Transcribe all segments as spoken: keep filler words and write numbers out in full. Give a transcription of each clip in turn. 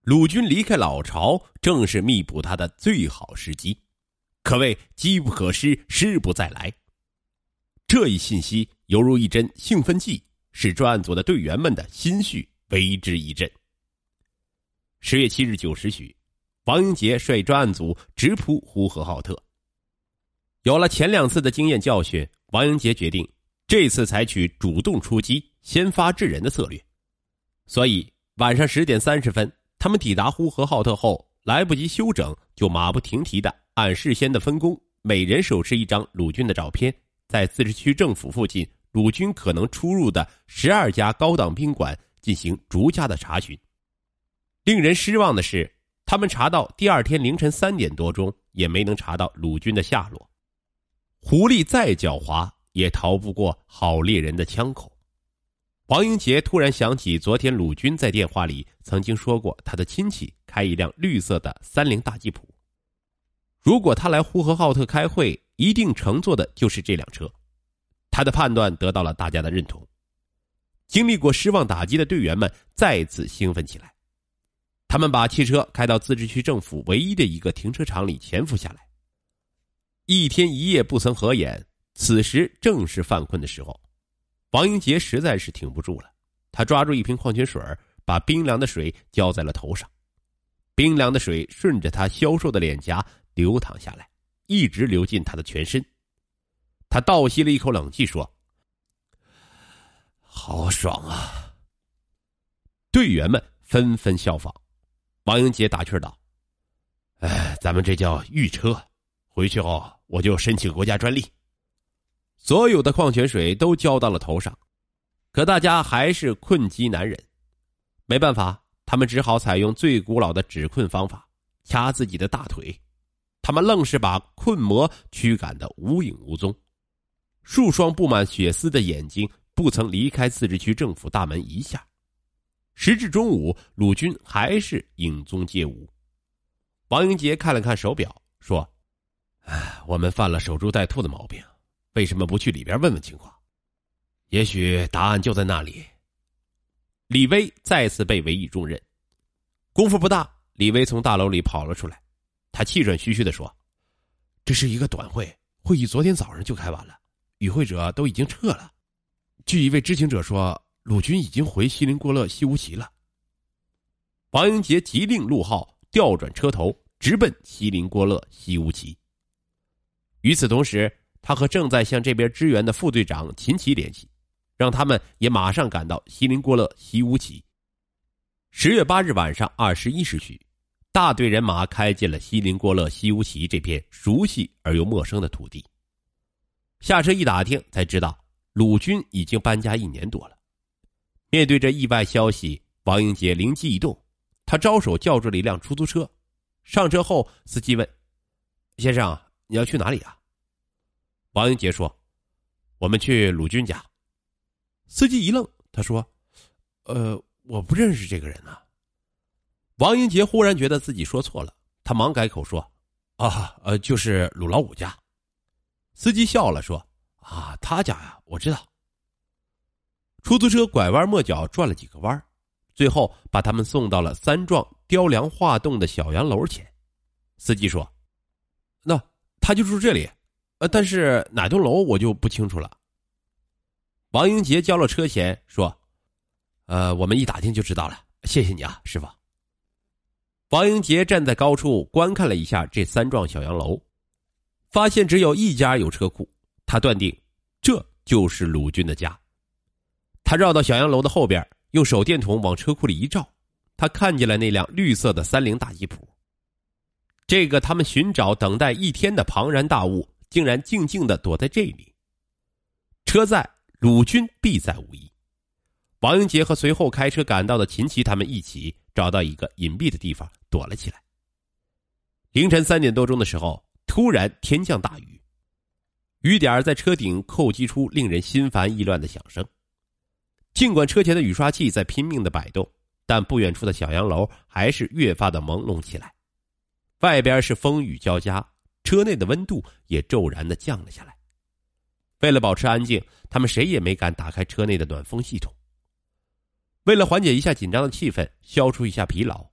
鲁军离开老巢正是密捕他的最好时机，可谓机不可失，失不再来。这一信息犹如一针兴奋剂，使专案组的队员们的心绪为之一振。十月七日九时许，王英杰率专案组直扑呼和浩特。有了前两次的经验教训，王英杰决定这次采取主动出击、先发制人的策略。所以晚上十点三十分，他们抵达呼和浩特后，来不及休整，就马不停蹄地按事先的分工，每人手持一张鲁军的照片，在自治区政府附近鲁军可能出入的十二家高档宾馆进行逐家的查询。令人失望的是，他们查到第二天凌晨三点多钟，也没能查到鲁军的下落。狐狸再狡猾，也逃不过好猎人的枪口。王英杰突然想起昨天鲁军在电话里曾经说过，他的亲戚开一辆绿色的三菱大吉普。如果他来呼和浩特开会，一定乘坐的就是这辆车。他的判断得到了大家的认同。经历过失望打击的队员们再次兴奋起来。他们把汽车开到自治区政府唯一的一个停车场里潜伏下来。一天一夜不曾合眼，此时正是犯困的时候。王英杰实在是挺不住了，他抓住一瓶矿泉水，把冰凉的水浇在了头上。冰凉的水顺着他消瘦的脸颊流淌下来，一直流进他的全身。他倒吸了一口冷气说：好爽啊！队员们纷纷效仿。王英杰打趣道：哎，咱们这叫御车，回去后我就申请国家专利。所有的矿泉水都浇到了头上，可大家还是困极难忍。没办法，他们只好采用最古老的止困方法，掐自己的大腿。他们愣是把困魔驱赶得无影无踪。数双布满血丝的眼睛不曾离开自治区政府大门一下。时至中午，鲁军还是影踪皆无。王英杰看了看手表，说：哎，我们犯了守株待兔的毛病，为什么不去里边问问情况？也许答案就在那里。李威再次被委以重任。功夫不大，李威从大楼里跑了出来，他气喘吁吁地说：这是一个短会，会议昨天早上就开完了，与会者都已经撤了。据一位知情者说，鲁军已经回锡林郭勒西乌旗了。王英杰急令陆浩调转车头，直奔锡林郭勒西乌旗。与此同时，他和正在向这边支援的副队长秦奇联系，让他们也马上赶到锡林郭勒西乌旗。十月八日晚上二十一时许，大队人马开进了锡林郭勒西乌旗这片熟悉而又陌生的土地。下车一打听，才知道鲁军已经搬家一年多了。面对这意外消息，王英杰灵机一动，他招手叫住了一辆出租车。上车后，司机问：先生，你要去哪里啊？王英杰说：我们去鲁军家。司机一愣，他说：呃，我不认识这个人啊。王英杰忽然觉得自己说错了，他忙改口说：啊，呃，就是鲁老五家。司机笑了说：啊，他家呀，我知道。出租车拐弯抹角转了几个弯，最后把他们送到了三幢雕梁画栋的小洋楼前。司机说：那他就住这里，呃，但是哪栋楼我就不清楚了。王英杰交了车钱说：呃，我们一打听就知道了，谢谢你啊，师傅。王英杰站在高处观看了一下这三幢小洋楼，发现只有一家有车库，他断定这就是鲁军的家。他绕到小洋楼的后边，用手电筒往车库里一照，他看见了那辆绿色的三菱大吉普。这个他们寻找等待一天的庞然大物，竟然静静地躲在这里。车在，鲁军必在无疑。王英杰和随后开车赶到的秦奇他们一起找到一个隐蔽的地方躲了起来。凌晨三点多钟的时候，突然天降大雨，雨点在车顶叩击出令人心烦意乱的响声。尽管车前的雨刷器在拼命的摆动，但不远处的小洋楼还是越发的朦胧起来。外边是风雨交加，车内的温度也骤然的降了下来。为了保持安静，他们谁也没敢打开车内的暖风系统。为了缓解一下紧张的气氛，消除一下疲劳，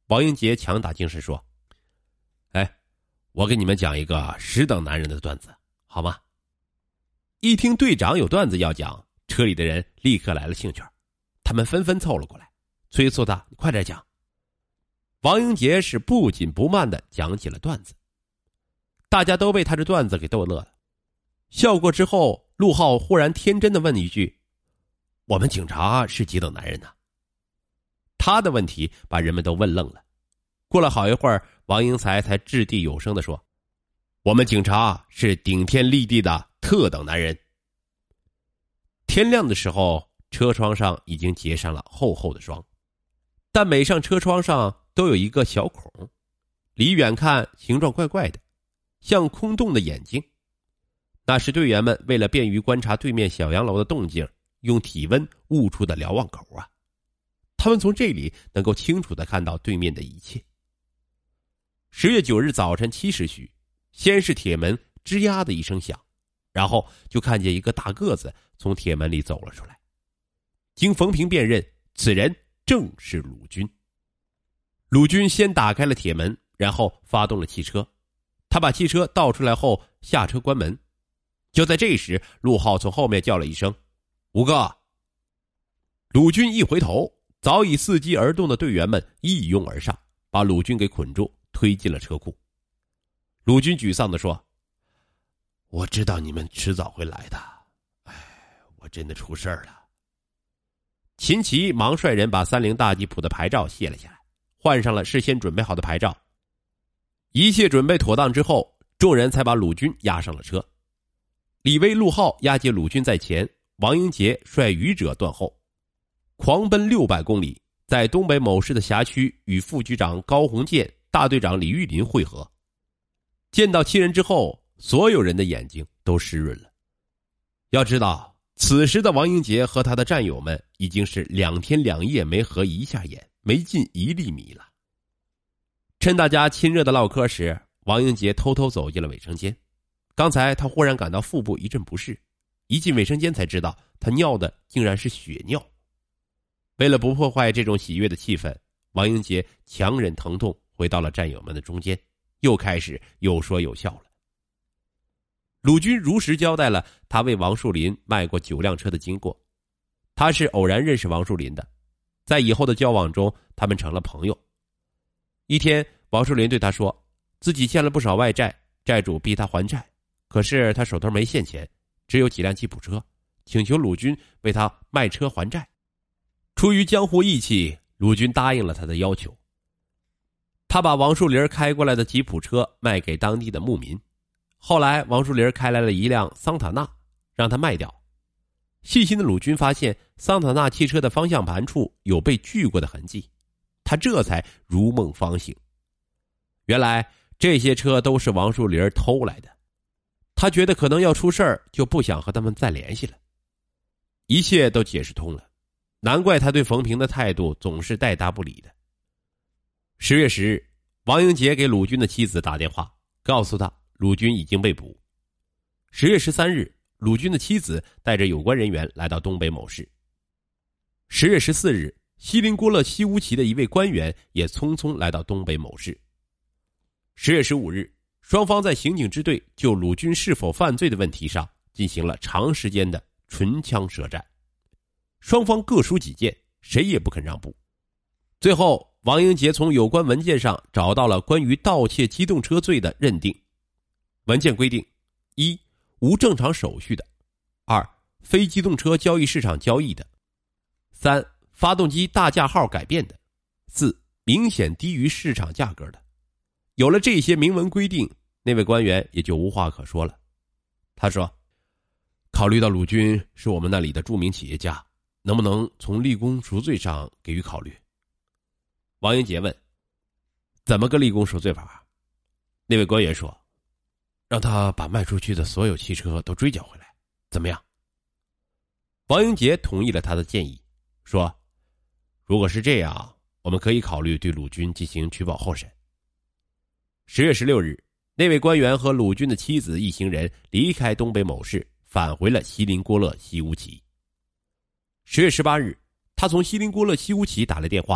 王英杰强打精神说：“哎，我给你们讲一个十等男人的段子，好吗？”一听队长有段子要讲，车里的人立刻来了兴趣，他们纷纷凑了过来，催促他快点讲。王英杰是不紧不慢地讲起了段子，大家都被他这段子给逗乐了。笑过之后，陆浩忽然天真地问一句：“我们警察是几等男人呢？”他的问题把人们都问愣了。过了好一会儿，王英才才掷地有声地说：“我们警察是顶天立地的特等男人。”天亮的时候，车窗上已经结上了厚厚的霜，但每扇车窗上都有一个小孔，离远看形状怪怪的，像空洞的眼睛。那是队员们为了便于观察对面小洋楼的动静，用体温悟出的瞭望口啊。他们从这里能够清楚地看到对面的一切。十月九日早晨七时许，先是铁门吱呀的一声响，然后就看见一个大个子从铁门里走了出来。经冯平辨认，此人正是鲁军。鲁军先打开了铁门，然后发动了汽车。他把汽车倒出来后下车关门。就在这时，陆浩从后面叫了一声：“吴哥！”鲁军一回头，早已伺机而动的队员们一拥而上，把鲁军给捆住，推进了车库。鲁军沮丧地说：“我知道你们迟早会来的，哎，我真的出事儿了。”秦琪忙率人把三菱大吉普的牌照卸了下来，换上了事先准备好的牌照。一切准备妥当之后，众人才把鲁军押上了车。李威、陆浩押解鲁军在前，王英杰率余者断后，狂奔六百公里，在东北某市的辖区与副局长高鸿渐、大队长李玉林会合。见到亲人之后，所有人的眼睛都湿润了。要知道，此时的王英杰和他的战友们已经是两天两夜没合一下眼，没进一粒米了。趁大家亲热的唠嗑时，王英杰偷偷走进了卫生间。刚才他忽然感到腹部一阵不适，一进卫生间才知道他尿的竟然是血尿。为了不破坏这种喜悦的气氛，王英杰强忍疼痛回到了战友们的中间，又开始有说有笑了。鲁军如实交代了他为王树林卖过九辆车的经过。他是偶然认识王树林的，在以后的交往中，他们成了朋友。一天，王树林对他说，自己欠了不少外债，债主逼他还债，可是他手头没现钱，只有几辆吉普车，请求鲁军为他卖车还债。出于江湖义气，鲁军答应了他的要求。他把王树林开过来的吉普车卖给当地的牧民。后来王树林开来了一辆桑塔纳，让他卖掉。细心的鲁军发现桑塔纳汽车的方向盘处有被锯过的痕迹，他这才如梦方醒。原来这些车都是王树林偷来的，他觉得可能要出事儿，就不想和他们再联系了。一切都解释通了，难怪他对冯平的态度总是带答不理的。十月十日，王英杰给鲁军的妻子打电话，告诉他鲁军已经被捕。十月十三日，鲁军的妻子带着有关人员来到东北某市。十月十四日，锡林郭勒西乌旗的一位官员也匆匆来到东北某市。十月十五日，双方在刑警支队就鲁军是否犯罪的问题上进行了长时间的唇枪舌战，双方各抒己见，谁也不肯让步。最后，王英杰从有关文件上找到了关于盗窃机动车罪的认定。文件规定：一、无正常手续的；二、非机动车交易市场交易的；三、发动机大架号改变的；四、明显低于市场价格的。有了这些明文规定，那位官员也就无话可说了。他说，考虑到鲁军是我们那里的著名企业家，能不能从立功赎罪上给予考虑？王英杰问，怎么个立功赎罪法？那位官员说，让他把卖出去的所有汽车都追缴回来，怎么样？王英杰同意了他的建议，说，如果是这样，我们可以考虑对鲁军进行取保候审。十月十六日，那位官员和鲁军的妻子一行人离开东北某市，返回了锡林郭勒西乌旗。十月十八日，他从锡林郭勒西乌旗打来电话，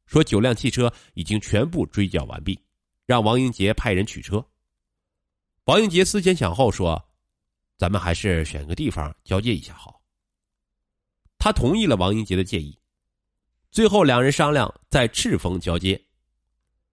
说九辆汽车已经全部追缴完毕，让王英杰派人取车。王英杰思前想后说，咱们还是选个地方交接一下好。他同意了王英杰的建议，最后两人商量在赤峰交接。